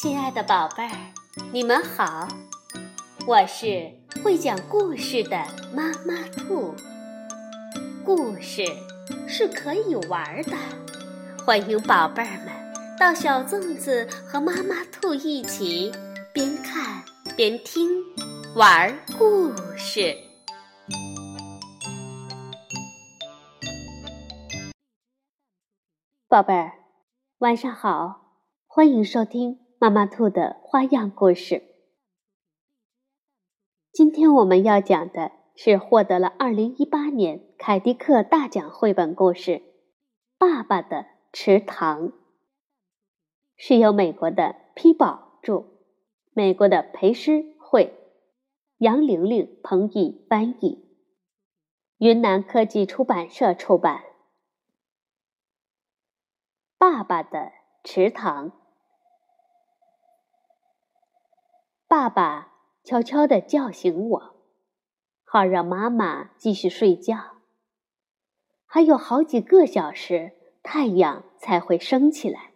亲爱的宝贝儿，你们好，我是会讲故事的妈妈兔。故事是可以玩的，欢迎宝贝儿们到小粽子和妈妈兔一起边看边听玩故事。宝贝儿，晚上好，欢迎收听妈妈兔的花样故事。今天我们要讲的是获得了2018年凯迪克大奖绘本故事《爸爸的池塘》，是由美国的批宝著，美国的培诗绘，杨玲玲、彭毅翻译，云南科技出版社出版。爸爸的池塘。爸爸悄悄地叫醒我，好让妈妈继续睡觉。还有好几个小时，太阳才会升起来。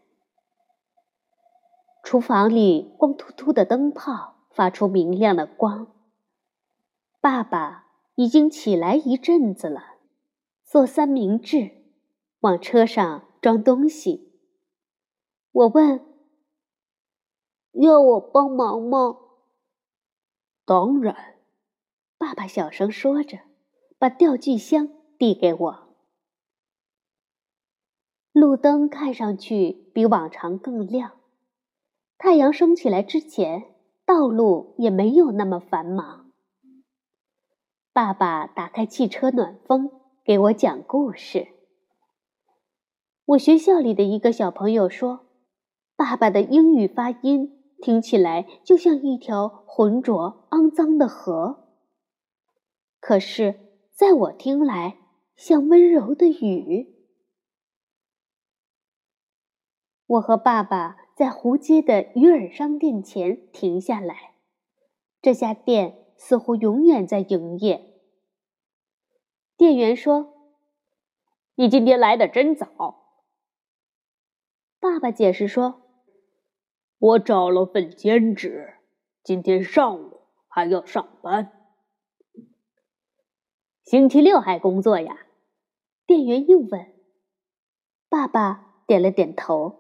厨房里光秃秃的灯泡发出明亮的光。爸爸已经起来一阵子了，做三明治，往车上装东西。我问：要我帮忙吗？当然，爸爸小声说着，把钓具箱递给我。路灯看上去比往常更亮，太阳升起来之前，道路也没有那么繁忙。爸爸打开汽车暖风，给我讲故事。我学校里的一个小朋友说，爸爸的英语发音听起来就像一条浑浊肮脏的河，可是在我听来像温柔的雨。我和爸爸在湖街的鱼饵商店前停下来，这家店似乎永远在营业。店员说：你今天来得真早。爸爸解释说：我找了份兼职，今天上午还要上班。星期六还工作呀？店员又问。爸爸点了点头。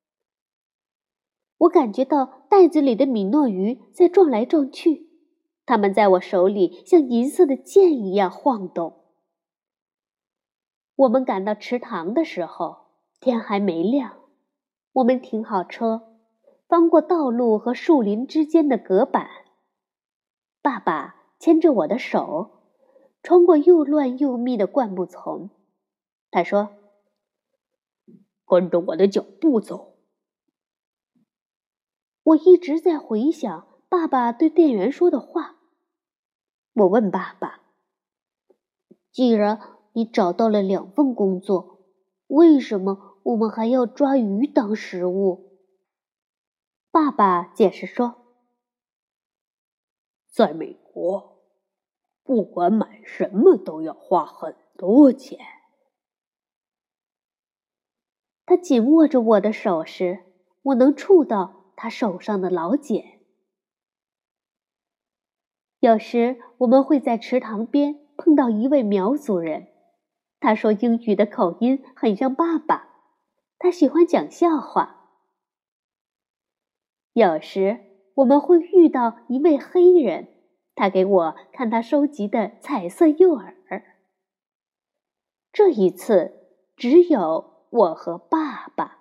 我感觉到袋子里的米诺鱼在撞来撞去，它们在我手里像银色的箭一样晃动。我们赶到池塘的时候，天还没亮。我们停好车，翻过道路和树林之间的隔板。爸爸牵着我的手，穿过又乱又密的灌木丛。他说：跟着我的脚步走。我一直在回想爸爸对店员说的话。我问爸爸：既然你找到了2份工作，为什么我们还要抓鱼当食物？爸爸解释说：在美国，不管买什么都要花很多钱。他紧握着我的手时，我能触到他手上的老茧。有时我们会在池塘边碰到一位苗族人，他说英语的口音很像爸爸，他喜欢讲笑话。有时我们会遇到一位黑人，他给我看他收集的彩色诱饵。这一次只有我和爸爸。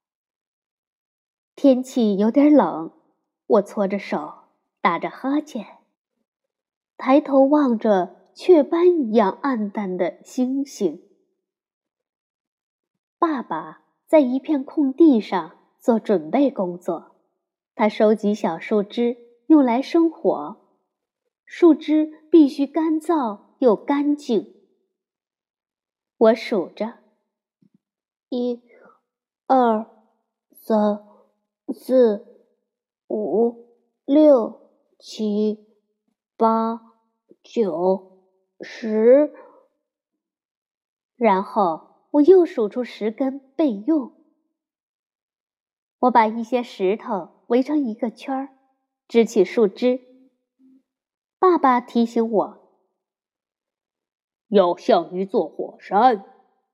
天气有点冷，我搓着手，打着哈欠，抬头望着雀斑一样暗淡的星星。爸爸在一片空地上做准备工作，他收集小树枝用来生火，树枝必须干燥又干净。我数着：1、2、3、4、5、6、7、8、9、10。然后我又数出10根备用。我把一些石头围成一个圈儿，支起树枝。爸爸提醒我， 要像一座火山。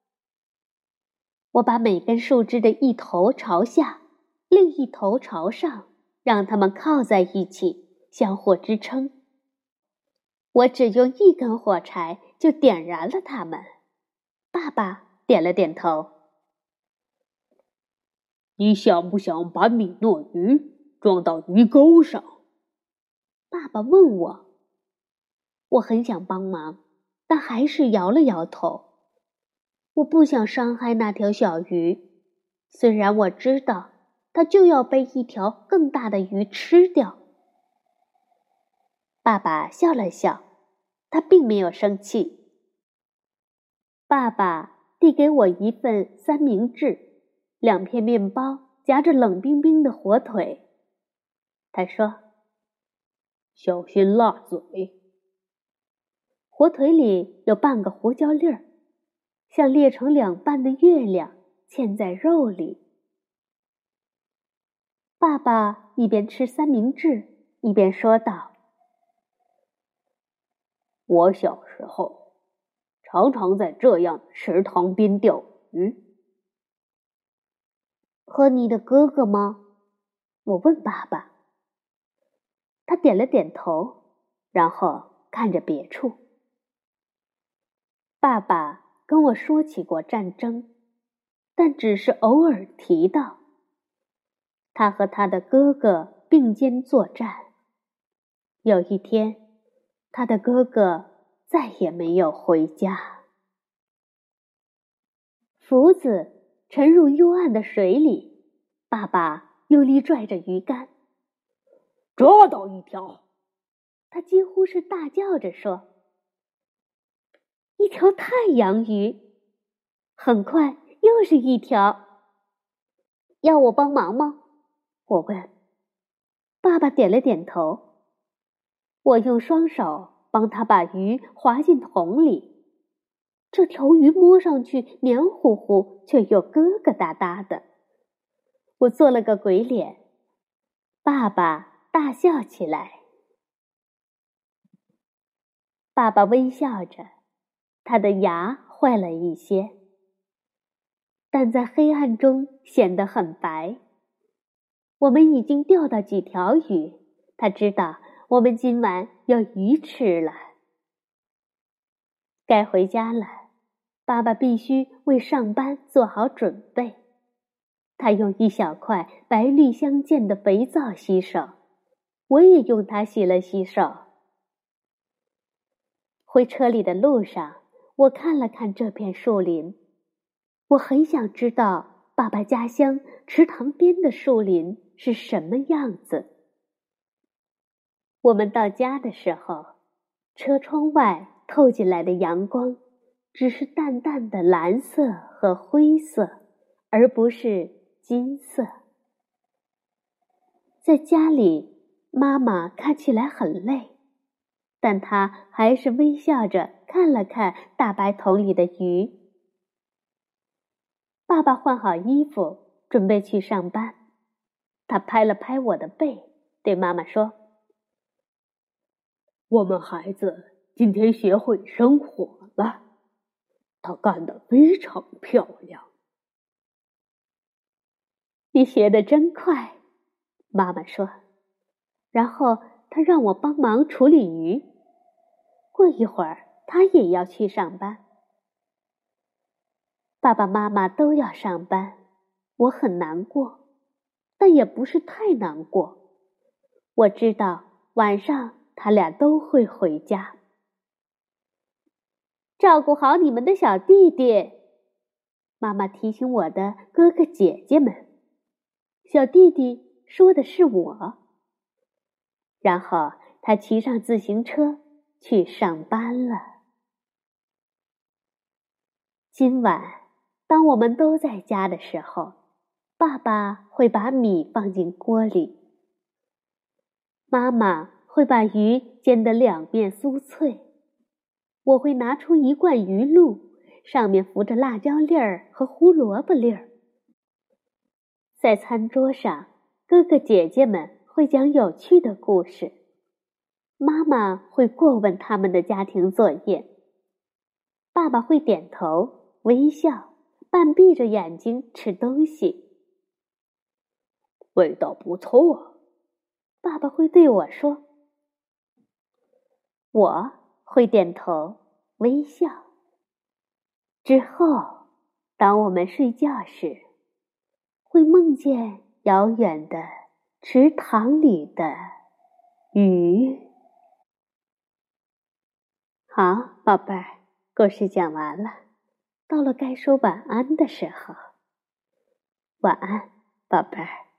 我把每根树枝的一头朝下，另一头朝上，让它们靠在一起，相互支撑。我只用一根火柴就点燃了它们。爸爸点了点头。 你想不想把米诺鱼装到鱼钩上？ 爸爸问我。我很想帮忙，但还是摇了摇头。我不想伤害那条小鱼，虽然我知道它就要被一条更大的鱼吃掉。爸爸笑了笑，他并没有生气。爸爸递给我一份三明治，2片面包夹着冷冰冰的火腿。他说：“ 小心辣嘴。” 火腿里有半个胡椒粒儿，像裂成2半的月亮嵌在肉里。爸爸一边吃三明治，一边说道：“ 我小时候常常在这样的池塘边钓鱼。” 和你的哥哥吗？我问爸爸。他点了点头，然后看着别处。爸爸跟我说起过战争，但只是偶尔提到。他和他的哥哥并肩作战。有一天，他的哥哥再也没有回家。斧子沉入幽暗的水里，爸爸用力拽着鱼竿。 抓到一条！ 他几乎是大叫着说。一条太阳鱼，很快又是一条。要我帮忙吗？我问。爸爸点了点头。我用双手帮他把鱼划进桶里。这条鱼摸上去黏糊糊，却又疙疙瘩瘩的。我做了个鬼脸，爸爸大笑起来。爸爸微笑着，他的牙坏了一些，但在黑暗中显得很白。我们已经钓到几条鱼，他知道我们今晚有鱼吃了。该回家了，爸爸必须为上班做好准备。他用一小块白绿相间的肥皂洗手，我也用它洗了洗手。回车里的路上，我看了看这片树林，我很想知道爸爸家乡池塘边的树林是什么样子。我们到家的时候，车窗外透进来的阳光只是淡淡的蓝色和灰色，而不是金色。在家里，妈妈看起来很累，但她还是微笑着看了看大白桶里的鱼。爸爸换好衣服，准备去上班。他拍了拍我的背，对妈妈说：“ 我们孩子今天学会生火了，他干得非常漂亮。” 你学得真快，妈妈说。然后她让我帮忙处理鱼。过一会儿，她也要去上班。爸爸妈妈都要上班，我很难过，但也不是太难过。我知道晚上他俩都会回家。照顾好你们的小弟弟，妈妈提醒我的哥哥姐姐们。小弟弟说的是我。然后他骑上自行车去上班了。今晚当我们都在家的时候，爸爸会把米放进锅里，妈妈会把鱼煎得两面酥脆，我会拿出一罐鱼露，上面浮着辣椒粒儿和胡萝卜粒儿。在餐桌上哥哥姐姐们会讲有趣的故事，妈妈会过问他们的家庭作业，爸爸会点头微笑，半闭着眼睛吃东西。 味道不错， 爸爸会对我说，我会点头微笑。之后，当我们睡觉时，会梦见遥远的池塘里的鱼。好，宝贝儿，故事讲完了，到了该说晚安的时候。晚安，宝贝儿。